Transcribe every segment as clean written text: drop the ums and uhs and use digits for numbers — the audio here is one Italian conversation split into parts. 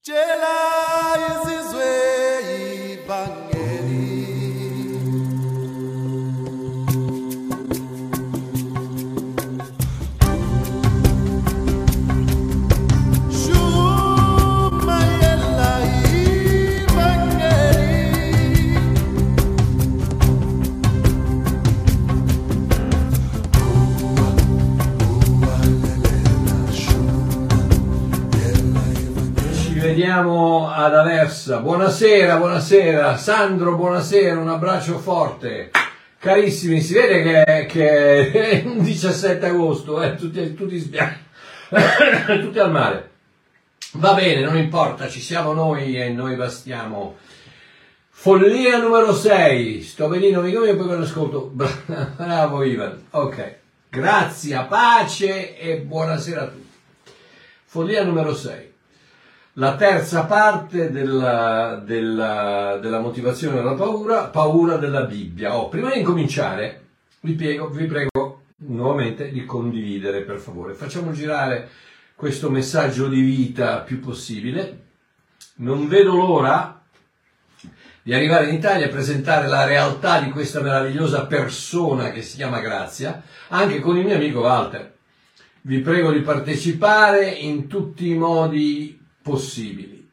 Vediamo ad Aversa. Buonasera, buonasera. Sandro, buonasera, un abbraccio forte. Carissimi, si vede che è un 17 agosto, tutti sbianchi, tutti al mare. Va bene, non importa, ci siamo noi e noi bastiamo. Follia numero 6. Sto benino, amico mio, poi ve lo ascolto. Bravo Ivan. Ok. Grazie, pace e buonasera a tutti. Follia numero 6. La terza parte della motivazione della paura della Bibbia. Prima di incominciare, vi prego nuovamente di condividere, per favore. Facciamo girare questo messaggio di vita più possibile. Non vedo l'ora di arrivare in Italia e presentare la realtà di questa meravigliosa persona che si chiama Grazia, anche con il mio amico Walter. Vi prego di partecipare in tutti i modi possibili.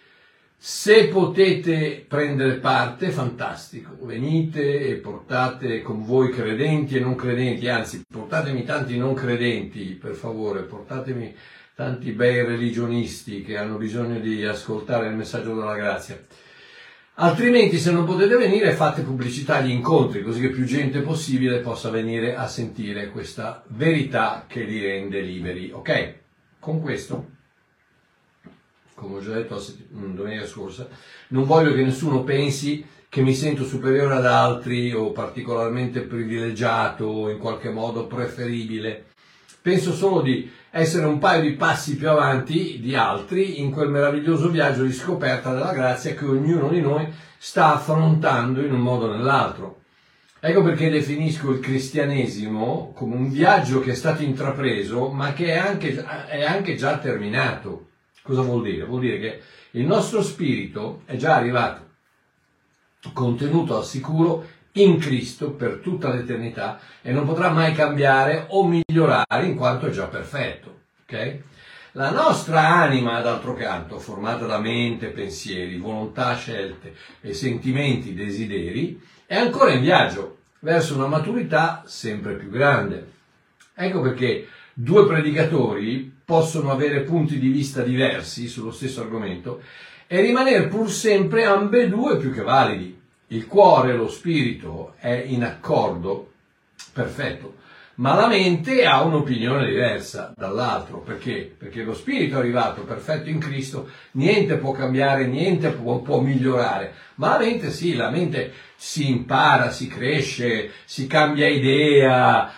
Se potete prendere parte, fantastico, venite e portate con voi credenti e non credenti, anzi portatemi tanti non credenti, per favore, portatemi tanti bei religionisti che hanno bisogno di ascoltare il messaggio della grazia. Altrimenti, se non potete venire, fate pubblicità agli incontri, così che più gente possibile possa venire a sentire questa verità che li rende liberi. Ok? Con questo, come ho già detto domenica scorsa, non voglio che nessuno pensi che mi sento superiore ad altri o particolarmente privilegiato o in qualche modo preferibile. Penso solo di essere un paio di passi più avanti di altri in quel meraviglioso viaggio di scoperta della grazia che ognuno di noi sta affrontando in un modo o nell'altro. Ecco perché definisco il cristianesimo come un viaggio che è stato intrapreso ma che è anche già terminato. Cosa vuol dire? Vuol dire che il nostro spirito è già arrivato, contenuto al sicuro in Cristo per tutta l'eternità e non potrà mai cambiare o migliorare in quanto è già perfetto. Okay? La nostra anima, d'altro canto, formata da mente, pensieri, volontà, scelte e sentimenti, desideri, è ancora in viaggio verso una maturità sempre più grande. Ecco perché due predicatori possono avere punti di vista diversi sullo stesso argomento e rimanere pur sempre ambedue più che validi. Il cuore, lo spirito è in accordo perfetto, ma la mente ha un'opinione diversa dall'altro. Perché? Perché lo spirito è arrivato perfetto in Cristo, niente può cambiare, niente può migliorare, ma la mente sì, la mente si impara, si cresce, si cambia idea,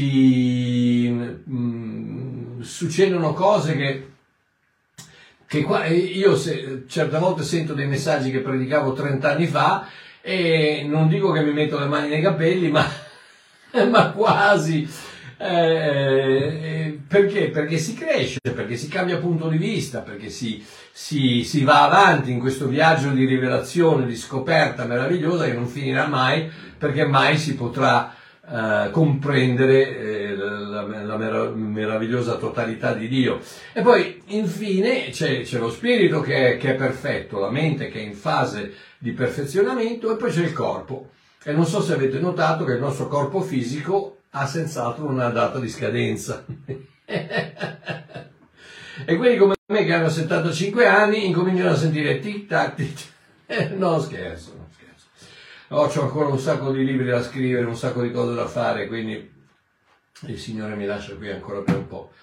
succedono cose che io certe volte sento dei messaggi che predicavo 30 anni fa e non dico che mi metto le mani nei capelli, ma quasi. Perché? Perché si cresce, perché si cambia punto di vista, perché si va avanti in questo viaggio di rivelazione, di scoperta meravigliosa che non finirà mai, perché mai si potrà comprendere la meravigliosa totalità di Dio. E poi infine c'è lo spirito che è perfetto, la mente che è in fase di perfezionamento e poi c'è il corpo. E non so se avete notato che il nostro corpo fisico ha senz'altro una data di scadenza. E quelli come me che hanno 75 anni incominciano a sentire tic tac tic tac. No, scherzo. C'ho ancora un sacco di libri da scrivere, un sacco di cose da fare, quindi il Signore mi lascia qui ancora per un po'.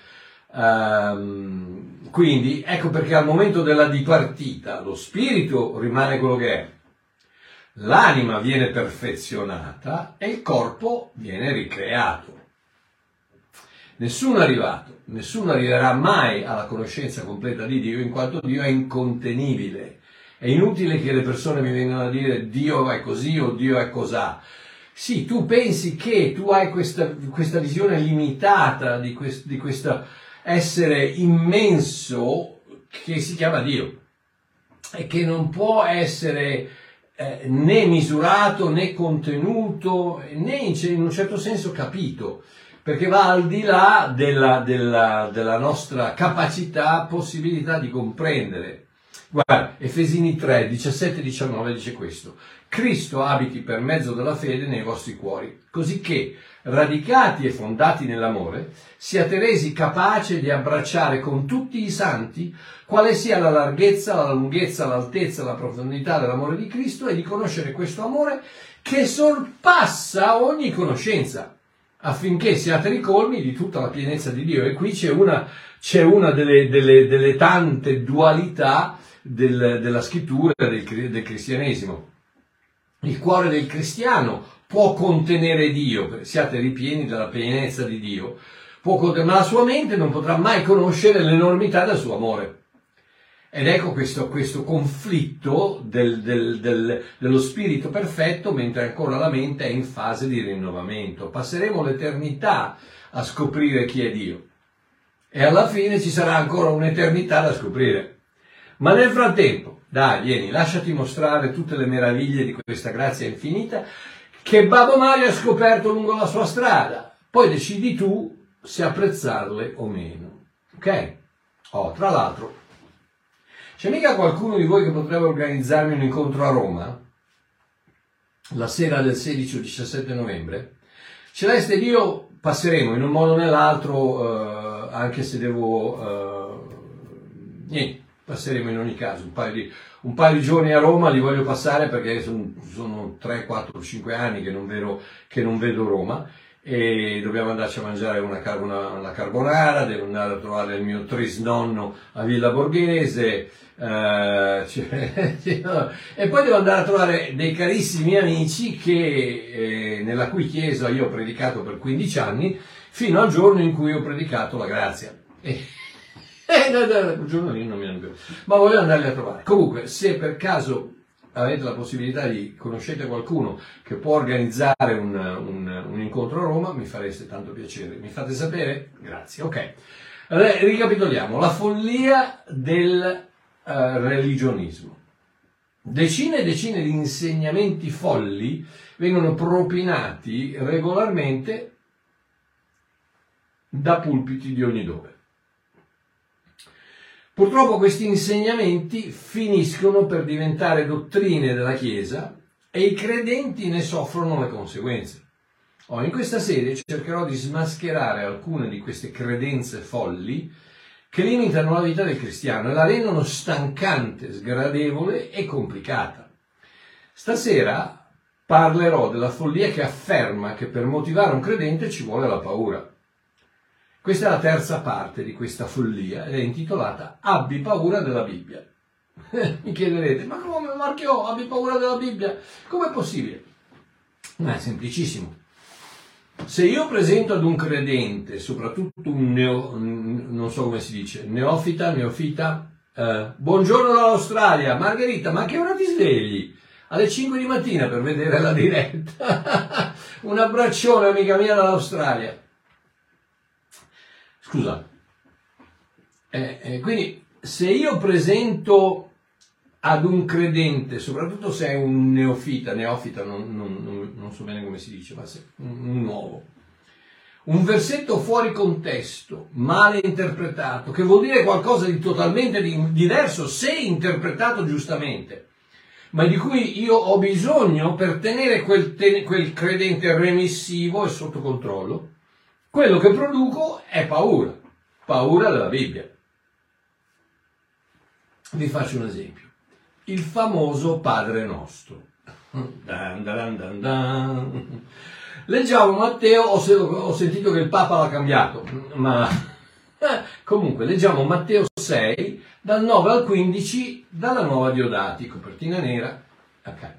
Quindi ecco perché al momento della dipartita lo spirito rimane quello che è, l'anima viene perfezionata e il corpo viene ricreato. Nessuno arriverà mai alla conoscenza completa di Dio, in quanto Dio è incontenibile. È inutile che le persone mi vengano a dire Dio è così o Dio è cosà. Sì, tu pensi che tu hai questa visione limitata di questo essere immenso che si chiama Dio. e che non può essere né misurato né contenuto né in un certo senso capito, perché va al di là della nostra capacità, possibilità di comprendere. Guarda, Efesini 3, 17-19 dice questo: Cristo abiti per mezzo della fede nei vostri cuori, così che, radicati e fondati nell'amore, siate resi capaci di abbracciare con tutti i santi quale sia la larghezza, la lunghezza, l'altezza, la profondità dell'amore di Cristo, e di conoscere questo amore che sorpassa ogni conoscenza, affinché siate ricolmi di tutta la pienezza di Dio. E qui c'è una delle tante dualità della scrittura, del cristianesimo. Il cuore del cristiano può contenere Dio, siate ripieni della pienezza di Dio, ma la sua mente non potrà mai conoscere l'enormità del suo amore. Ed ecco questo conflitto dello spirito perfetto, mentre ancora la mente è in fase di rinnovamento. Passeremo l'eternità a scoprire chi è Dio, e alla fine ci sarà ancora un'eternità da scoprire. Ma nel frattempo, dai, vieni, lasciati mostrare tutte le meraviglie di questa grazia infinita che Babbo Mario ha scoperto lungo la sua strada. Poi decidi tu se apprezzarle o meno. Ok? Tra l'altro, c'è mica qualcuno di voi che potrebbe organizzarmi un incontro a Roma la sera del 16 o 17 novembre? Celeste ed io passeremo in un modo o nell'altro, anche se devo... niente, passeremo in ogni caso un paio di giorni a Roma, li voglio passare perché sono 3, 4, 5 anni che non vedo Roma, e dobbiamo andarci a mangiare una carbonara, devo andare a trovare il mio trisnonno a Villa Borghese, e poi devo andare a trovare dei carissimi amici nella cui chiesa io ho predicato per 15 anni, fino al giorno in cui ho predicato la grazia. Quel giorno lì non mi hanno più, ma voglio andarli a trovare. Comunque, se per caso avete la possibilità conoscete qualcuno che può organizzare un incontro a Roma, mi fareste tanto piacere. Mi fate sapere? Grazie. Ok. Allora, ricapitoliamo. La follia del religionismo. Decine e decine di insegnamenti folli vengono propinati regolarmente da pulpiti di ogni dove. Purtroppo questi insegnamenti finiscono per diventare dottrine della Chiesa e i credenti ne soffrono le conseguenze. In questa serie cercherò di smascherare alcune di queste credenze folli che limitano la vita del cristiano e la rendono stancante, sgradevole e complicata. Stasera parlerò della follia che afferma che per motivare un credente ci vuole la paura. Questa è la terza parte di questa follia ed è intitolata Abbi paura della Bibbia. Mi chiederete, ma come Marchio, abbi paura della Bibbia? Com'è possibile? Ma è semplicissimo. Se io presento ad un credente, soprattutto non so come si dice, neofita, buongiorno dall'Australia, Margherita, ma a che ora ti svegli? Alle 5 di mattina per vedere la diretta. Un abbraccione, amica mia, dall'Australia. Scusa. Quindi, se io presento ad un credente, soprattutto se è un neofita, non so bene come si dice, ma se un nuovo, un versetto fuori contesto, male interpretato, che vuol dire qualcosa di totalmente diverso se interpretato giustamente, ma di cui io ho bisogno per tenere quel credente remissivo e sotto controllo, quello che produco è paura della Bibbia. Vi faccio un esempio. Il famoso Padre Nostro. Leggiamo Matteo, ho sentito che il Papa l'ha cambiato, ma comunque leggiamo Matteo 6, dal 9 al 15, dalla Nuova Diodati, copertina nera. Okay.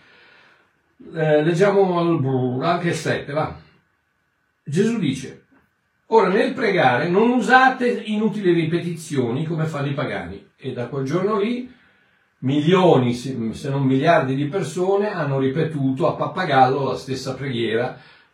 Leggiamo anche il 7, va. Gesù dice: ora nel pregare non usate inutili ripetizioni come fanno i pagani. E da quel giorno lì milioni, se non miliardi di persone hanno ripetuto a pappagallo la stessa preghiera,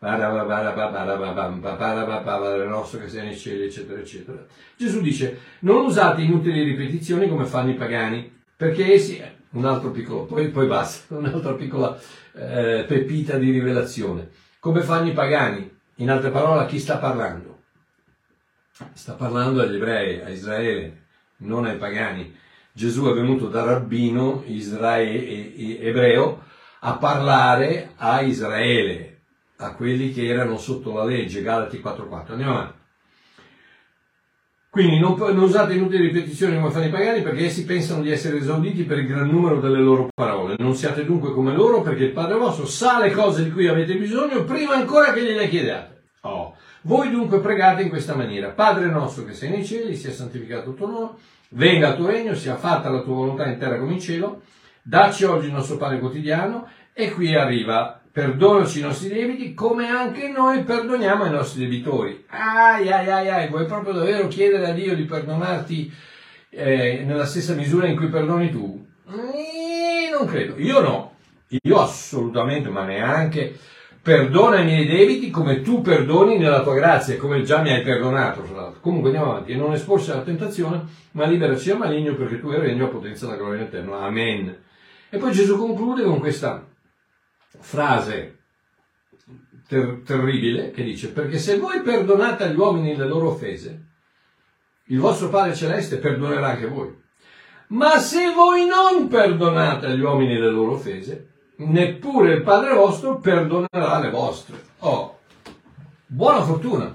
Padre nostro che sei nei cieli, eccetera, eccetera. Gesù dice: non usate inutili ripetizioni come fanno i pagani, perché essi, un altro piccolo, poi basta, un'altra piccola pepita di rivelazione. Come fanno i pagani? In altre parole, a chi sta parlando? Sta parlando agli ebrei, a Israele, non ai pagani. Gesù è venuto da rabbino ebreo a parlare a Israele, a quelli che erano sotto la legge, Galati 4:4. Andiamo avanti. Quindi non usate inutili ripetizioni come fanno i pagani, perché essi pensano di essere esauditi per il gran numero delle loro parole. Non siate dunque come loro, perché il Padre vostro sa le cose di cui avete bisogno prima ancora che gliele chiediate. Voi dunque pregate in questa maniera: Padre nostro che sei nei cieli, sia santificato il tuo nome, venga il tuo regno, sia fatta la tua volontà in terra come in cielo, dacci oggi il nostro pane quotidiano, e qui arriva: perdonaci i nostri debiti come anche noi perdoniamo ai nostri debitori. Vuoi proprio davvero chiedere a Dio di perdonarti nella stessa misura in cui perdoni tu? Non credo, io no, io assolutamente, ma neanche. Perdona i miei debiti come tu perdoni nella tua grazia, come già mi hai perdonato, tra l'altro. Comunque andiamo avanti, e non esporsi alla tentazione, ma liberaci dal maligno, perché tu hai regno, la potenza e la gloria in eterno. Amen. E poi Gesù conclude con questa frase terribile che dice: perché se voi perdonate agli uomini le loro offese, il vostro Padre Celeste perdonerà anche voi. Ma se voi non perdonate agli uomini le loro offese, neppure il Padre vostro perdonerà le vostre. Buona fortuna.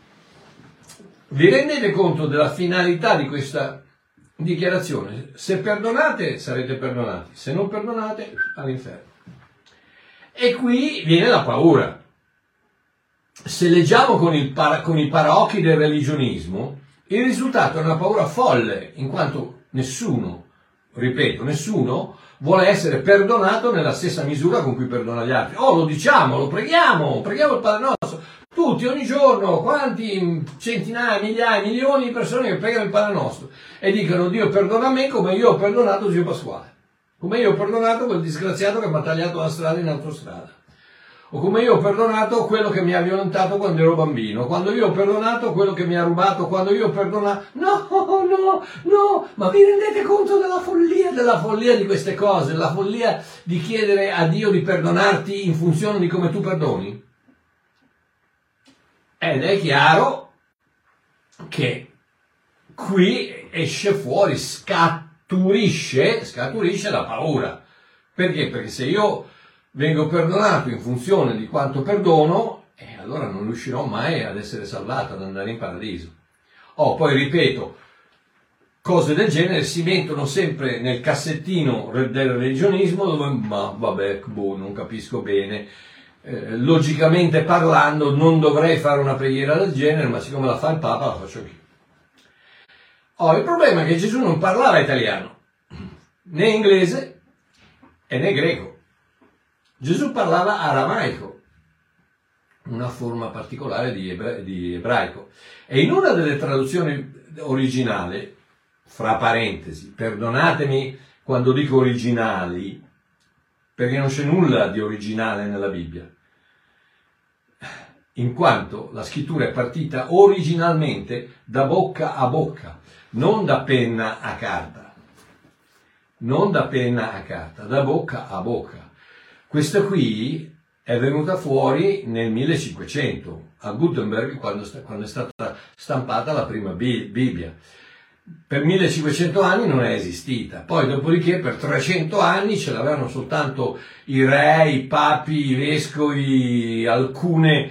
Vi rendete conto della finalità di questa dichiarazione? Se perdonate, sarete perdonati; se non perdonate, all'inferno. E qui viene la paura. Se leggiamo con i paraocchi del religionismo, il risultato è una paura folle, in quanto nessuno vuole essere perdonato nella stessa misura con cui perdona gli altri. Lo diciamo, lo preghiamo il Padre nostro, tutti, ogni giorno, quanti centinaia, migliaia, milioni di persone che pregano il Padre nostro e dicono: Dio perdona me come io ho perdonato zio Pasquale, come io ho perdonato quel disgraziato che mi ha tagliato la strada in autostrada, o come io ho perdonato quello che mi ha violentato quando ero bambino, quando io ho perdonato quello che mi ha rubato, quando io ho perdonato... No, ma vi rendete conto della follia di queste cose, la follia di chiedere a Dio di perdonarti in funzione di come tu perdoni? Ed è chiaro che qui esce fuori, scaturisce la paura. Perché? Perché se io vengo perdonato in funzione di quanto perdono, allora non riuscirò mai ad essere salvato, ad andare in paradiso. Poi ripeto, cose del genere si mettono sempre nel cassettino del religionismo, dove, non capisco bene. Logicamente parlando, non dovrei fare una preghiera del genere, ma siccome la fa il Papa, la faccio anch'io. Il problema è che Gesù non parlava italiano, né inglese né greco. Gesù parlava aramaico, una forma particolare di ebraico. E in una delle traduzioni originali, fra parentesi, perdonatemi quando dico originali, perché non c'è nulla di originale nella Bibbia, in quanto la scrittura è partita originalmente da bocca a bocca, non da penna a carta, da bocca a bocca. Questa qui è venuta fuori nel 1500 a Gutenberg, quando è stata stampata la prima Bibbia. Per 1500 anni non è esistita, poi dopodiché per 300 anni ce l'avevano soltanto i re, i papi, i vescovi, alcune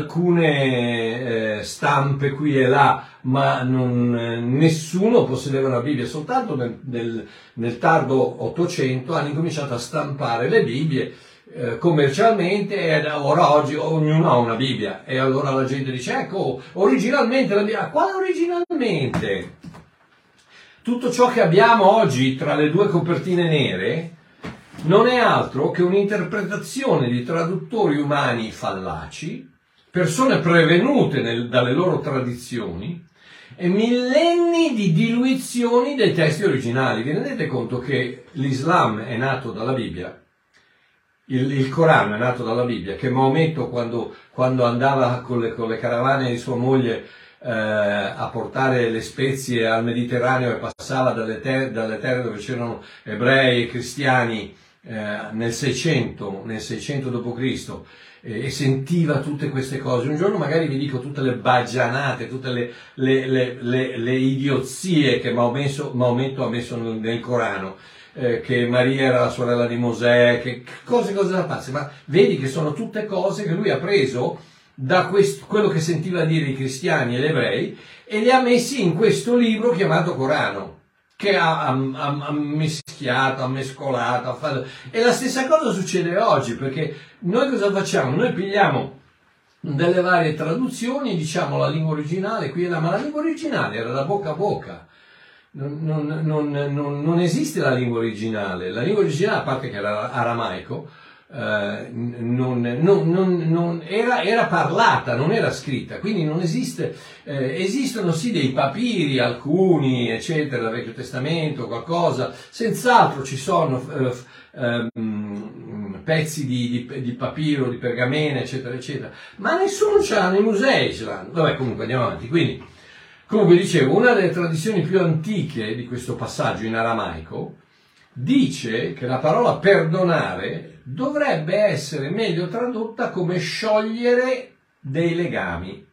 stampe qui e là, ma nessuno possedeva una Bibbia. Soltanto nel tardo 800 hanno incominciato a stampare le Bibbie commercialmente, e ora oggi ognuno ha una Bibbia, e allora la gente dice: ecco, originalmente la Bibbia. Quale originalmente? Tutto ciò che abbiamo oggi tra le due copertine nere non è altro che un'interpretazione di traduttori umani fallaci, persone prevenute dalle loro tradizioni, e millenni di diluizioni dei testi originali. Vi rendete conto che l'Islam è nato dalla Bibbia? Il Corano è nato dalla Bibbia, che Maometto quando andava con le caravane di sua moglie a portare le spezie al Mediterraneo e passava dalle terre dove c'erano ebrei e cristiani nel 600 d.C. E sentiva tutte queste cose. Un giorno magari vi dico tutte le baggianate, tutte le idiozie che Maometto ha messo nel Corano, che Maria era la sorella di Mosè, che cose da pazzi, ma vedi che sono tutte cose che lui ha preso da quello che sentiva dire i cristiani e gli ebrei e li ha messi in questo libro chiamato Corano, che ha mischiato, ha mescolato, ha fatto. E la stessa cosa succede oggi, perché noi cosa facciamo? Noi pigliamo delle varie traduzioni, diciamo la lingua originale qui e là, ma la lingua originale era da bocca a bocca. Non esiste la lingua originale. La lingua originale, a parte che era aramaico, era parlata, non era scritta, quindi non esiste. Esistono sì dei papiri, alcuni, eccetera, del Vecchio Testamento, qualcosa, senz'altro ci sono pezzi di papiro, di pergamena, eccetera, eccetera, ma nessuno ce l'ha, nei musei ce l'hanno. Vabbè, comunque andiamo avanti. Quindi, comunque dicevo, una delle tradizioni più antiche di questo passaggio in aramaico dice che la parola perdonare dovrebbe essere meglio tradotta come sciogliere dei legami.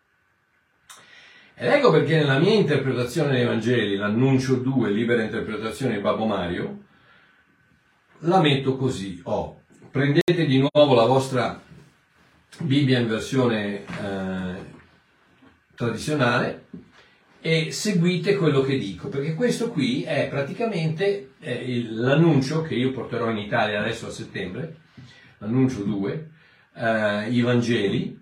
Ed ecco perché nella mia interpretazione dei Vangeli, l'annuncio 2, libera interpretazione di Babbo Mario, la metto così. Prendete di nuovo la vostra Bibbia in versione tradizionale e seguite quello che dico, perché questo qui è praticamente l'annuncio che io porterò in Italia adesso a settembre, l'annuncio 2, i Vangeli.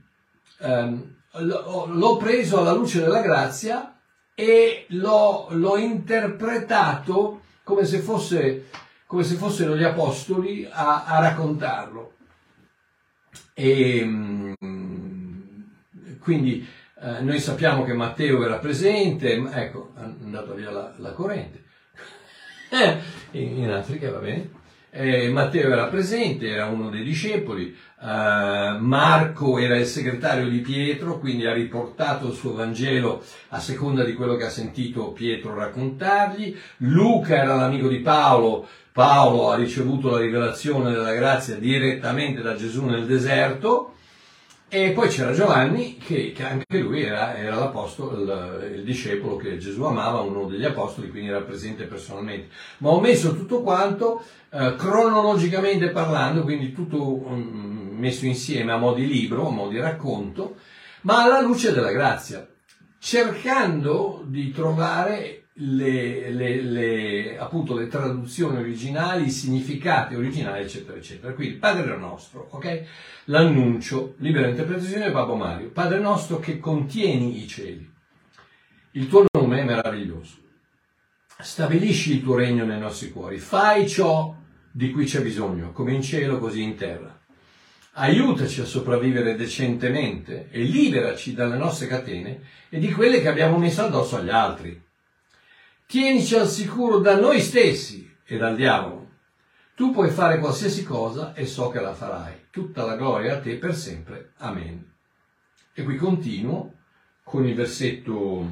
L'ho preso alla luce della grazia e l'ho interpretato come se fossero gli apostoli a raccontarlo. E quindi noi sappiamo che Matteo era presente, ecco, è andata via la corrente, in Africa, va bene. Matteo era presente, era uno dei discepoli, Marco era il segretario di Pietro, quindi ha riportato il suo Vangelo a seconda di quello che ha sentito Pietro raccontargli, Luca era l'amico di Paolo ha ricevuto la rivelazione della grazia direttamente da Gesù nel deserto, e poi c'era Giovanni che anche lui era l'apostolo, il discepolo che Gesù amava, uno degli apostoli, quindi era presente personalmente. Ma ho messo tutto quanto cronologicamente parlando, quindi tutto messo insieme a mo' di libro, a mo' di racconto, ma alla luce della grazia, cercando di trovare appunto le traduzioni originali, i significati originali, eccetera, eccetera. Quindi Padre nostro, ok? L'annuncio, libera interpretazione di Babbo Mario. Padre nostro che contieni i cieli, il tuo nome è meraviglioso. Stabilisci il tuo regno nei nostri cuori. Fai ciò di cui c'è bisogno, come in cielo così in terra. Aiutaci a sopravvivere decentemente e liberaci dalle nostre catene e di quelle che abbiamo messo addosso agli altri. Tienici al sicuro da noi stessi e dal diavolo. Tu puoi fare qualsiasi cosa e so che la farai. Tutta la gloria a te per sempre. Amen. E qui continuo con il versetto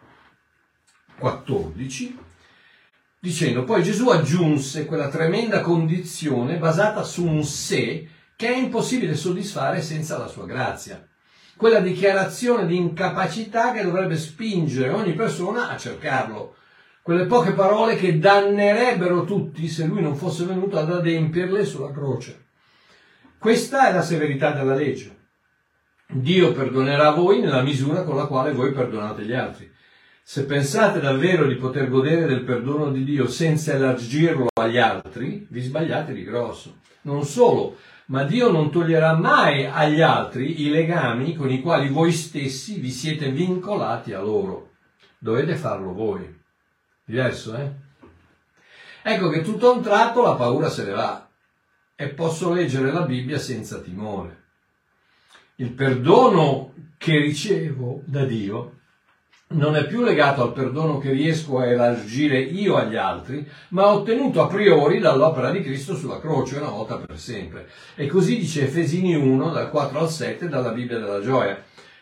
14, dicendo: poi Gesù aggiunse quella tremenda condizione basata su un se che è impossibile soddisfare senza la sua grazia. Quella dichiarazione di incapacità che dovrebbe spingere ogni persona a cercarlo. Quelle poche parole che dannerebbero tutti se lui non fosse venuto ad adempierle sulla croce. Questa è la severità della legge. Dio perdonerà voi nella misura con la quale voi perdonate gli altri. Se pensate davvero di poter godere del perdono di Dio senza elargirlo agli altri, vi sbagliate di grosso. Non solo, ma Dio non toglierà mai agli altri i legami con i quali voi stessi vi siete vincolati a loro. Dovete farlo voi. Diverso, eh? Ecco che tutto a un tratto la paura se ne va e posso leggere la Bibbia senza timore. Il perdono che ricevo da Dio non è più legato al perdono che riesco a elargire io agli altri, ma ottenuto a priori dall'opera di Cristo sulla croce una volta per sempre. E così dice Efesini 1, dal 4 al 7, dalla Bibbia della Gioia.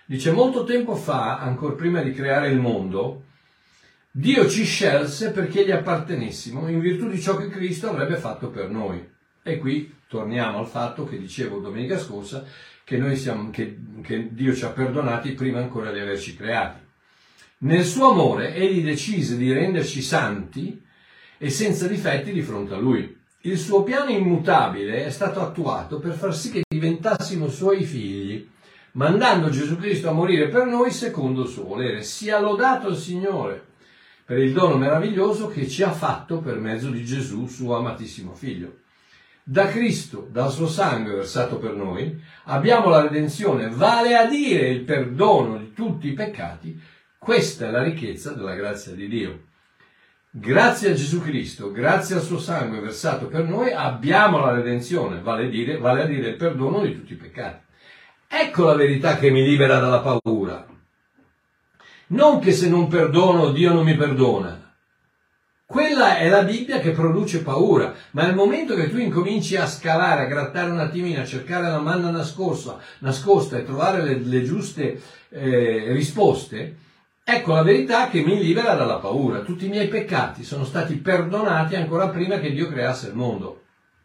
Dice, molto tempo fa, ancora prima di creare il mondo, Dio ci scelse perché gli appartenessimo in virtù di ciò che Cristo avrebbe fatto per noi. E qui torniamo al fatto che dicevo domenica scorsa, che Dio ci ha perdonati prima ancora di averci creati. Nel suo amore egli decise di renderci santi e senza difetti di fronte a lui. Il suo piano immutabile è stato attuato per far sì che diventassimo suoi figli, mandando Gesù Cristo a morire per noi secondo il suo volere. Sia lodato il Signore per il dono meraviglioso che ci ha fatto per mezzo di Gesù, suo amatissimo Figlio. Da Cristo, dal suo sangue versato per noi, abbiamo la redenzione, vale a dire il perdono di tutti i peccati. Questa è la ricchezza della grazia di Dio. Grazie a Gesù Cristo, grazie al suo sangue versato per noi, abbiamo la redenzione, vale a dire il perdono di tutti i peccati. Ecco la verità che mi libera dalla paura. Non che se non perdono Dio non mi perdona. Quella è la Bibbia che produce paura, ma nel momento che tu incominci a scalare, a grattare un attimino, a cercare la manna nascosta e trovare le giuste risposte, ecco la verità che mi libera dalla paura. Tutti i miei peccati sono stati perdonati ancora prima che Dio creasse il mondo.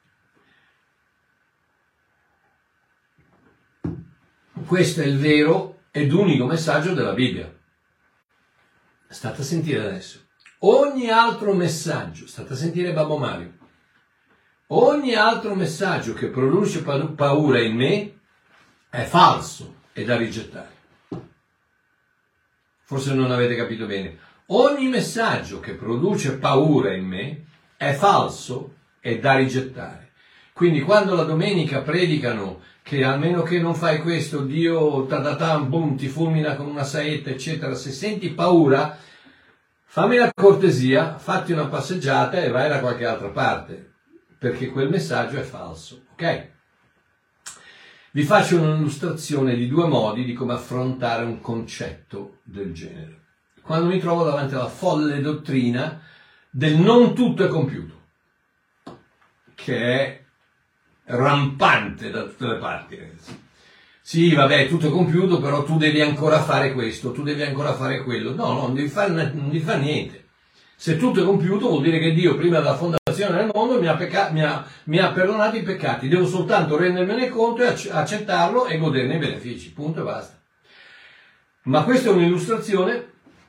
Questo è il vero ed unico messaggio della Bibbia. State a sentire adesso. Ogni altro messaggio, state a sentire Babbo Mario, ogni altro messaggio che produce paura in me è falso e da rigettare. Forse non avete capito bene. Ogni messaggio che produce paura in me è falso e da rigettare. Quindi quando la domenica predicano che almeno che non fai questo, Dio boom, ti fulmina con una saetta, eccetera, se senti paura, fammi la cortesia, fatti una passeggiata e vai da qualche altra parte, perché quel messaggio è falso, ok? Vi faccio un'illustrazione di due modi di come affrontare un concetto del genere. Quando mi trovo davanti alla folle dottrina del non tutto è compiuto, che è rampante da tutte le parti, ragazzi. Sì, vabbè, tutto è compiuto, però tu devi ancora fare questo, tu devi ancora fare quello. No, non devi fare niente. Se tutto è compiuto vuol dire che Dio, prima della fondazione del mondo, mi ha perdonato i peccati. Devo soltanto rendermene conto e accettarlo e goderne i benefici. Punto e basta. Ma questa è un'illustrazione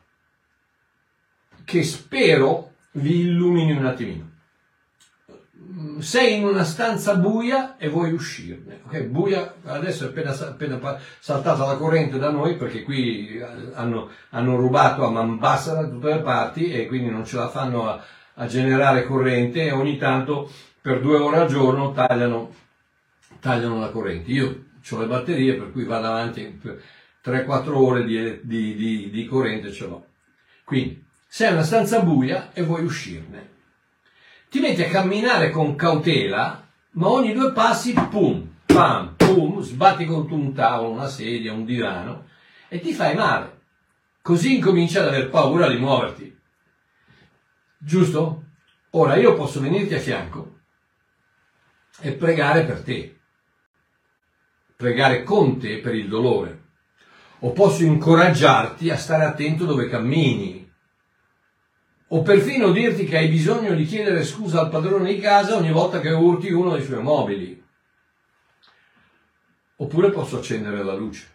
che spero vi illumini un attimino. Sei in una stanza buia e vuoi uscirne, ok? Buia, adesso è appena saltata la corrente da noi perché qui hanno rubato a man bassa da tutte le parti e quindi non ce la fanno a generare corrente e ogni tanto per 2 ore al giorno tagliano la corrente. Io ho le batterie per cui vado avanti per 3-4 ore di corrente ce l'ho. Quindi sei in una stanza buia e vuoi uscirne. Ti metti a camminare con cautela, ma ogni 2 passi, pum, pam, pum, sbatti contro un tavolo, una sedia, un divano e ti fai male. Così incominci ad aver paura di muoverti. Giusto? Ora io posso venirti a fianco e pregare per te. Pregare con te per il dolore. O posso incoraggiarti a stare attento dove cammini. O perfino dirti che hai bisogno di chiedere scusa al padrone di casa ogni volta che urti uno dei suoi mobili. Oppure posso accendere la luce.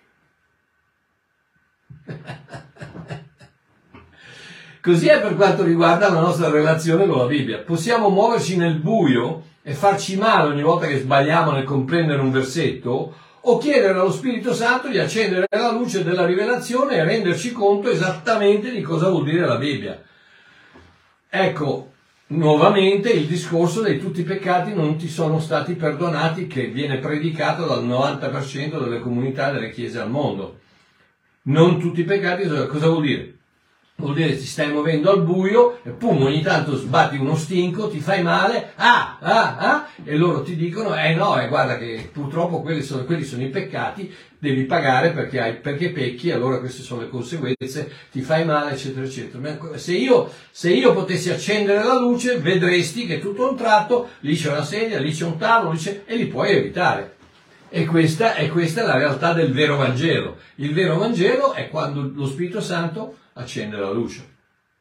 Così è per quanto riguarda la nostra relazione con la Bibbia. Possiamo muoverci nel buio e farci male ogni volta che sbagliamo nel comprendere un versetto, o chiedere allo Spirito Santo di accendere la luce della rivelazione e renderci conto esattamente di cosa vuol dire la Bibbia. Ecco, nuovamente il discorso dei tutti i peccati non ti sono stati perdonati, che viene predicato dal 90% delle comunità delle chiese al mondo. Non tutti i peccati, cosa vuol dire? Vuol dire che ti stai muovendo al buio e pum, ogni tanto sbatti uno stinco, ti fai male, e loro ti dicono, guarda che purtroppo quelli sono i peccati, devi pagare perché pecchi, allora queste sono le conseguenze, ti fai male, eccetera, eccetera. Se io potessi accendere la luce, vedresti che tutto a un tratto, lì c'è una sedia, lì c'è un tavolo, e li puoi evitare. E questa è la realtà del vero Vangelo. Il vero Vangelo è quando lo Spirito Santo accende la luce.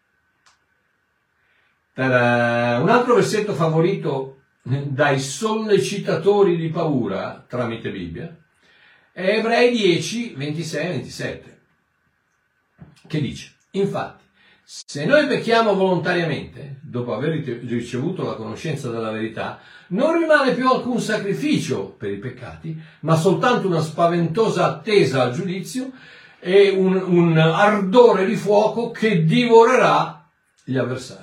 Un altro versetto favorito dai sollecitatori di paura tramite Bibbia è Ebrei 10, 26-27, che dice: infatti, se noi pecchiamo volontariamente, dopo aver ricevuto la conoscenza della verità, non rimane più alcun sacrificio per i peccati, ma soltanto una spaventosa attesa al giudizio e un ardore di fuoco che divorerà gli avversari.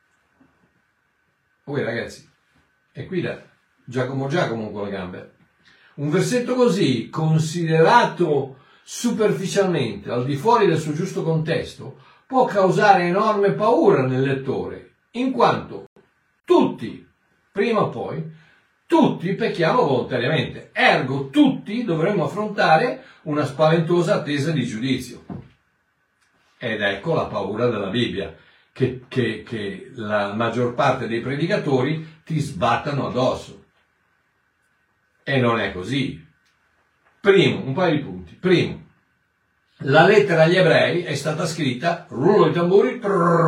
Voi ragazzi, è qui da Giacomo con le gambe. Un versetto così, considerato superficialmente, al di fuori del suo giusto contesto, può causare enorme paura nel lettore, in quanto tutti, prima o poi, tutti pecchiamo volontariamente, ergo tutti dovremmo affrontare una spaventosa attesa di giudizio. Ed ecco la paura della Bibbia, che la maggior parte dei predicatori ti sbattano addosso. E non è così. Primo, un paio di punti. Primo, la lettera agli ebrei è stata scritta, rullo di tamburi,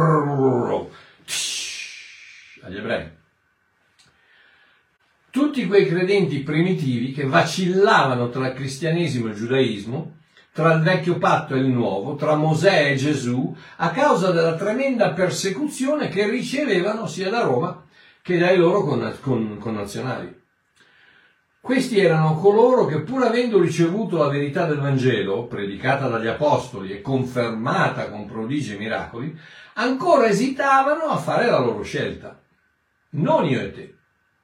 agli ebrei. Tutti quei credenti primitivi che vacillavano tra il cristianesimo e il giudaismo, tra il vecchio patto e il nuovo, tra Mosè e Gesù, a causa della tremenda persecuzione che ricevevano sia da Roma che dai loro connazionali. Questi erano coloro che, pur avendo ricevuto la verità del Vangelo, predicata dagli apostoli e confermata con prodigi e miracoli, ancora esitavano a fare la loro scelta. Non io e te.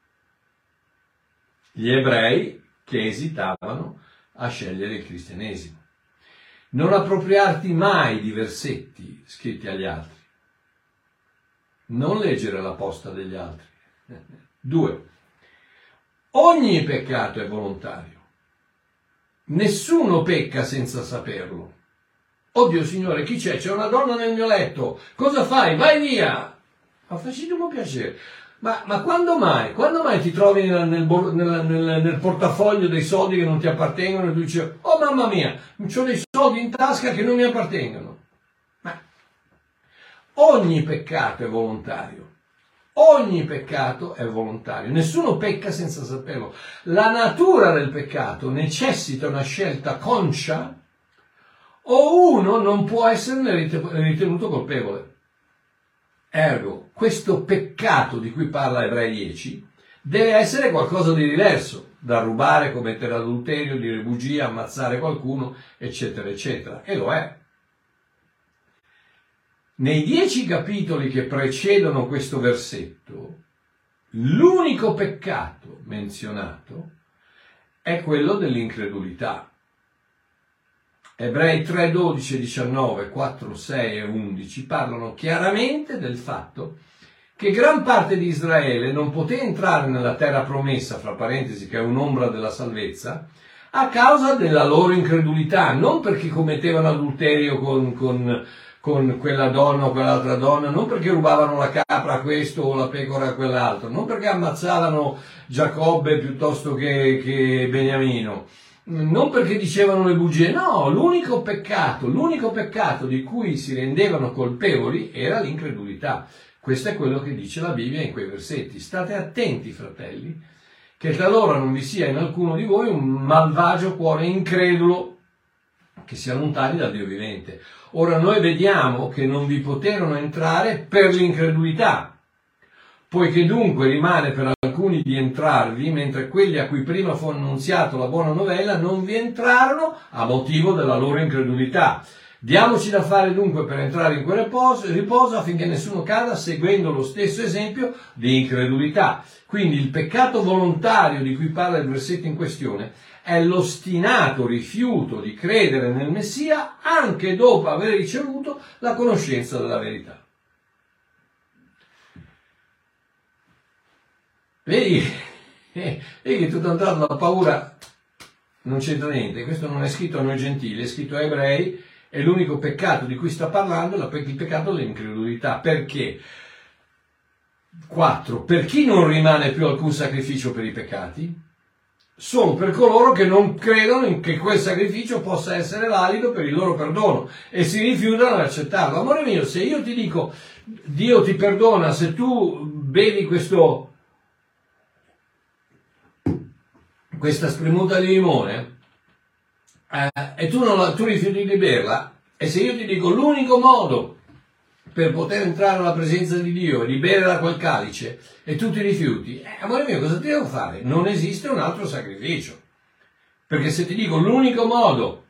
Gli ebrei che esitavano a scegliere il cristianesimo. Non appropriarti mai di versetti scritti agli altri. Non leggere la posta degli altri. 2. Ogni peccato è volontario. Nessuno pecca senza saperlo. Oddio Signore, chi c'è? C'è una donna nel mio letto. Cosa fai? Vai via! Ma facci un piacere. Ma quando mai? Quando mai ti trovi nel portafoglio dei soldi che non ti appartengono e tu dici: oh mamma mia, ho dei soldi in tasca che non mi appartengono. Ma ogni peccato è volontario. Ogni peccato è volontario. Nessuno pecca senza saperlo. La natura del peccato necessita una scelta conscia o uno non può esserne ritenuto colpevole. Ergo, questo peccato di cui parla Ebrei 10 deve essere qualcosa di diverso da rubare, commettere adulterio, dire bugie, ammazzare qualcuno, eccetera, eccetera. E lo è. Nei 10 capitoli che precedono questo versetto, l'unico peccato menzionato è quello dell'incredulità. Ebrei 3, 12, 19, 4, 6 e 11 parlano chiaramente del fatto che gran parte di Israele non poté entrare nella terra promessa, fra parentesi, che è un'ombra della salvezza, a causa della loro incredulità, non perché commettevano adulterio con quella donna o quell'altra donna, non perché rubavano la capra a questo o la pecora a quell'altro, non perché ammazzavano Giacobbe piuttosto che Beniamino, non perché dicevano le bugie, no, l'unico peccato di cui si rendevano colpevoli era l'incredulità. Questo è quello che dice la Bibbia in quei versetti. State attenti, fratelli, che talora non vi sia in alcuno di voi un malvagio cuore incredulo che sia lontani dal Dio vivente. Ora noi vediamo che non vi poterono entrare per l'incredulità, poiché dunque rimane per alcuni di entrarvi, mentre quelli a cui prima fu annunziato la buona novella non vi entrarono a motivo della loro incredulità. Diamoci da fare dunque per entrare in quel riposo affinché nessuno cada seguendo lo stesso esempio di incredulità. Quindi il peccato volontario di cui parla il versetto in questione è l'ostinato rifiuto di credere nel Messia anche dopo aver ricevuto la conoscenza della verità. Vedi che tutto un tratto la paura non c'entra niente. Questo non è scritto a noi gentili, è scritto a ebrei, e l'unico peccato di cui sta parlando è il peccato dell'incredulità. Perché? 4. Per chi non rimane più alcun sacrificio per i peccati? sono per coloro che non credono che quel sacrificio possa essere valido per il loro perdono e si rifiutano di accettarlo. Amore mio, se io ti dico Dio ti perdona se tu bevi questa spremuta di limone e tu rifiuti di berla, e se io ti dico l'unico modo per poter entrare nella presenza di Dio e di bere da quel calice e tu ti rifiuti, amore mio, cosa ti devo fare? Non esiste un altro sacrificio, perché se ti dico l'unico modo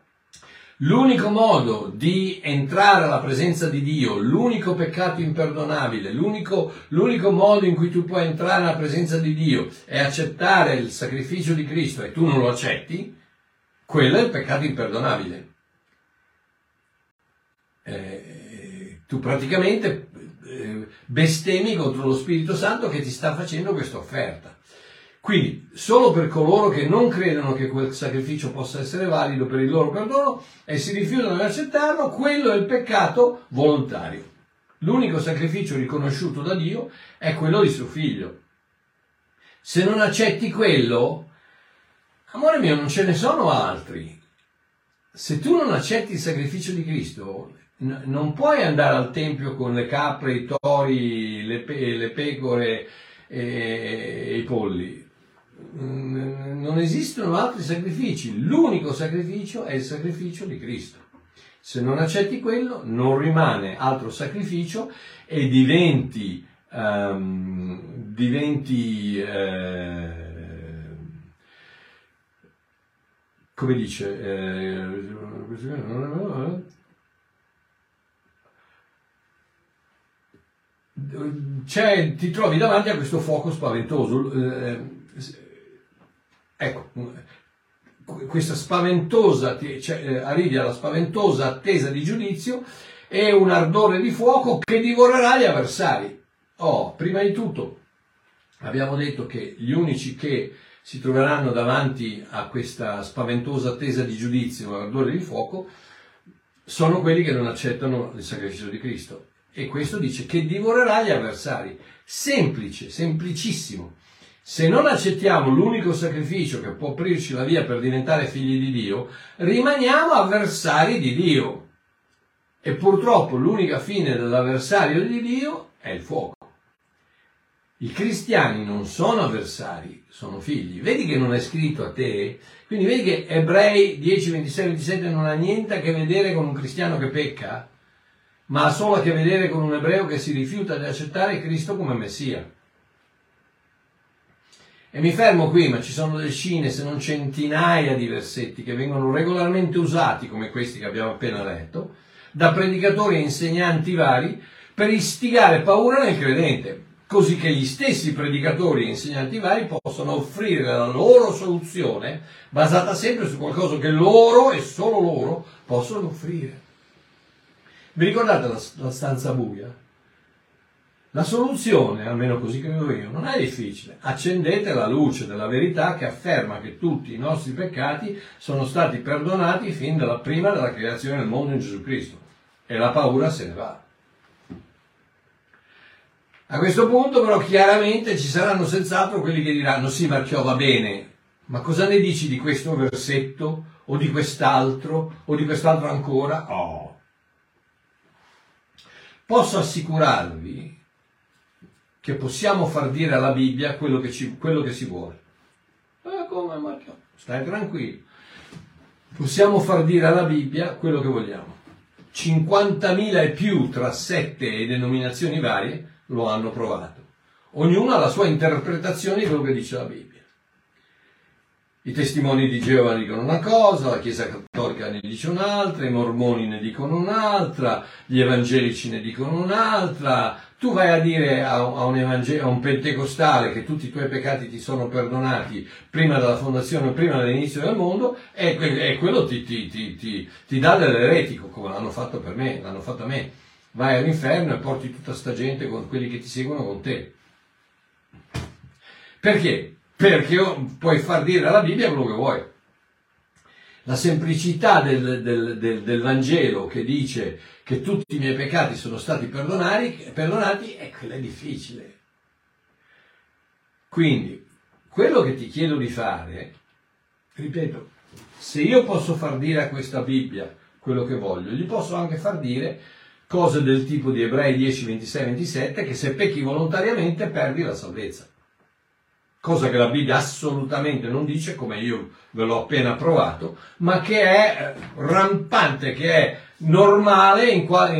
di entrare alla presenza di Dio, l'unico peccato imperdonabile, l'unico modo in cui tu puoi entrare alla presenza di Dio è accettare il sacrificio di Cristo e tu non lo accetti, quello è il peccato imperdonabile. Tu praticamente bestemmi contro lo Spirito Santo che ti sta facendo questa offerta. Quindi, solo per coloro che non credono che quel sacrificio possa essere valido per il loro perdono e si rifiutano di accettarlo, quello è il peccato volontario. L'unico sacrificio riconosciuto da Dio è quello di suo figlio. Se non accetti quello, amore mio, non ce ne sono altri. Se tu non accetti il sacrificio di Cristo, non puoi andare al tempio con le capre, i tori, le pecore e i polli. Non esistono altri sacrifici. L'unico sacrificio è il sacrificio di Cristo. Se non accetti quello, non rimane altro sacrificio e diventi come dice, ti trovi davanti a questo fuoco spaventoso. Ecco, questa spaventosa, arrivi alla spaventosa attesa di giudizio e un ardore di fuoco che divorerà gli avversari. Prima di tutto abbiamo detto che gli unici che si troveranno davanti a questa spaventosa attesa di giudizio, un ardore di fuoco, sono quelli che non accettano il sacrificio di Cristo. E questo dice che divorerà gli avversari. Semplice, semplicissimo. Se non accettiamo l'unico sacrificio che può aprirci la via per diventare figli di Dio, rimaniamo avversari di Dio. E purtroppo l'unica fine dell'avversario di Dio è il fuoco. I cristiani non sono avversari, sono figli. Vedi che non è scritto a te? Quindi vedi che Ebrei 10, 26, 27 non ha niente a che vedere con un cristiano che pecca, ma ha solo a che vedere con un ebreo che si rifiuta di accettare Cristo come Messia. E mi fermo qui, ma ci sono decine, se non centinaia di versetti che vengono regolarmente usati, come questi che abbiamo appena letto, da predicatori e insegnanti vari, per istigare paura nel credente, così che gli stessi predicatori e insegnanti vari possano offrire la loro soluzione, basata sempre su qualcosa che loro e solo loro possono offrire. Vi ricordate la stanza buia? La soluzione, almeno così credo io, non è difficile. Accendete la luce della verità che afferma che tutti i nostri peccati sono stati perdonati fin dalla prima della creazione del mondo in Gesù Cristo. E la paura se ne va. A questo punto però chiaramente ci saranno senz'altro quelli che diranno sì, Marchiò, va bene, ma cosa ne dici di questo versetto o di quest'altro ancora? Posso assicurarvi che possiamo far dire alla Bibbia quello che si vuole. Come Marchiò? Stai tranquillo. Possiamo far dire alla Bibbia quello che vogliamo. 50.000 e più tra sette e denominazioni varie lo hanno provato. Ognuno ha la sua interpretazione di quello che dice la Bibbia. I testimoni di Geova dicono una cosa, la Chiesa Cattolica ne dice un'altra, i mormoni ne dicono un'altra, gli evangelici ne dicono un'altra. Tu vai a dire a un pentecostale che tutti i tuoi peccati ti sono perdonati prima della fondazione, prima dell'inizio del mondo, e quello ti dà dell'eretico, come l'hanno fatto per me, l'hanno fatto a me. Vai all'inferno e porti tutta sta gente con quelli che ti seguono con te. Perché? Perché puoi far dire alla Bibbia quello che vuoi. La semplicità del Vangelo che dice che tutti i miei peccati sono stati perdonati, quella è difficile. Quindi, quello che ti chiedo di fare, ripeto, se io posso far dire a questa Bibbia quello che voglio, gli posso anche far dire cose del tipo di Ebrei 10, 26, 27, che se pecchi volontariamente perdi la salvezza. Cosa che la Bibbia assolutamente non dice, come io ve l'ho appena provato, ma che è rampante, che è normale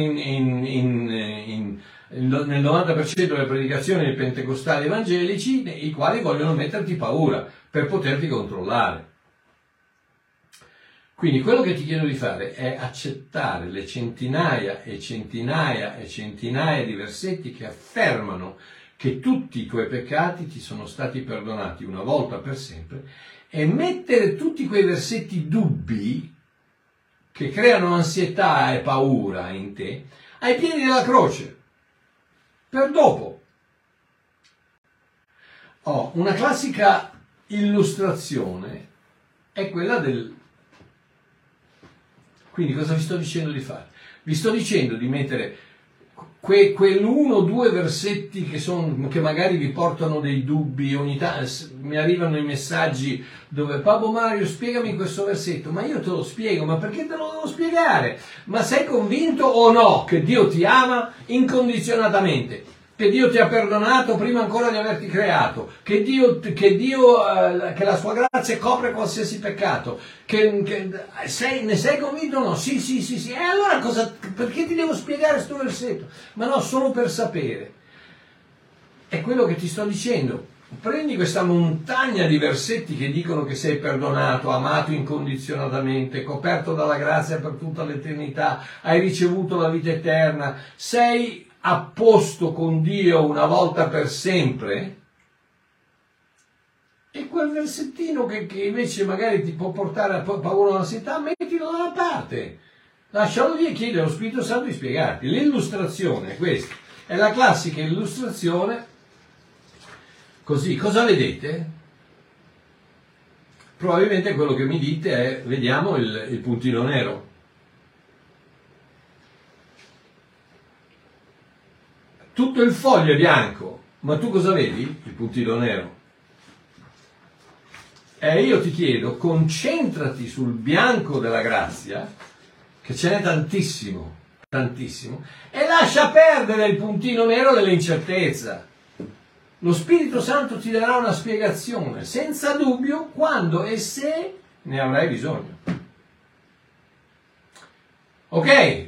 nel 90% delle predicazioni dei pentecostali evangelici, i quali vogliono metterti paura per poterti controllare. Quindi quello che ti chiedo di fare è accettare le centinaia e centinaia e centinaia di versetti che affermano che tutti i tuoi peccati ti sono stati perdonati una volta per sempre, e mettere tutti quei versetti dubbi che creano ansietà e paura in te ai piedi della croce, per dopo. Una classica illustrazione è quella del... Quindi cosa vi sto dicendo di fare? Vi sto dicendo di mettere quell'uno o due versetti che magari vi portano dei dubbi. Ogni tanto mi arrivano i messaggi dove: Babbo Mario, spiegami questo versetto. Ma io te lo spiego. Ma perché te lo devo spiegare? Ma sei convinto o no che Dio ti ama incondizionatamente, che Dio ti ha perdonato prima ancora di averti creato, che la sua grazia copre qualsiasi peccato, ne sei convinto o no? Sì. E allora perché ti devo spiegare questo versetto? Ma no, solo per sapere. È quello che ti sto dicendo. Prendi questa montagna di versetti che dicono che sei perdonato, amato incondizionatamente, coperto dalla grazia per tutta l'eternità, hai ricevuto la vita eterna, sei a posto con Dio una volta per sempre, e quel versettino che invece magari ti può portare a paura o ansietà, mettilo da una parte, lascialo lì e chiedi allo Spirito Santo di spiegarti. L'illustrazione è questa, è la classica illustrazione. Così, cosa vedete? Probabilmente quello che mi dite è: vediamo il puntino nero. Tutto il foglio è bianco, ma tu cosa vedi? Il puntino nero. E io ti chiedo, concentrati sul bianco della grazia, che ce n'è tantissimo, tantissimo, e lascia perdere il puntino nero dell'incertezza. Lo Spirito Santo ti darà una spiegazione, senza dubbio, quando e se ne avrai bisogno. Ok?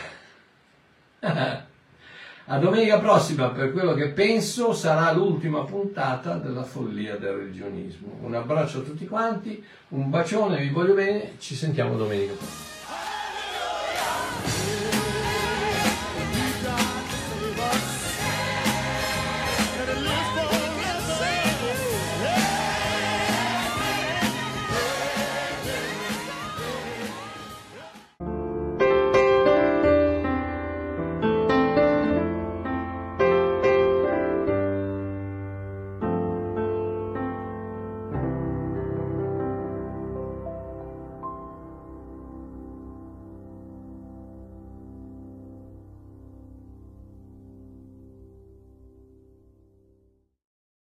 A domenica prossima, per quello che penso, sarà l'ultima puntata della follia del religionismo. Un abbraccio a tutti quanti, un bacione, vi voglio bene, ci sentiamo domenica prossima.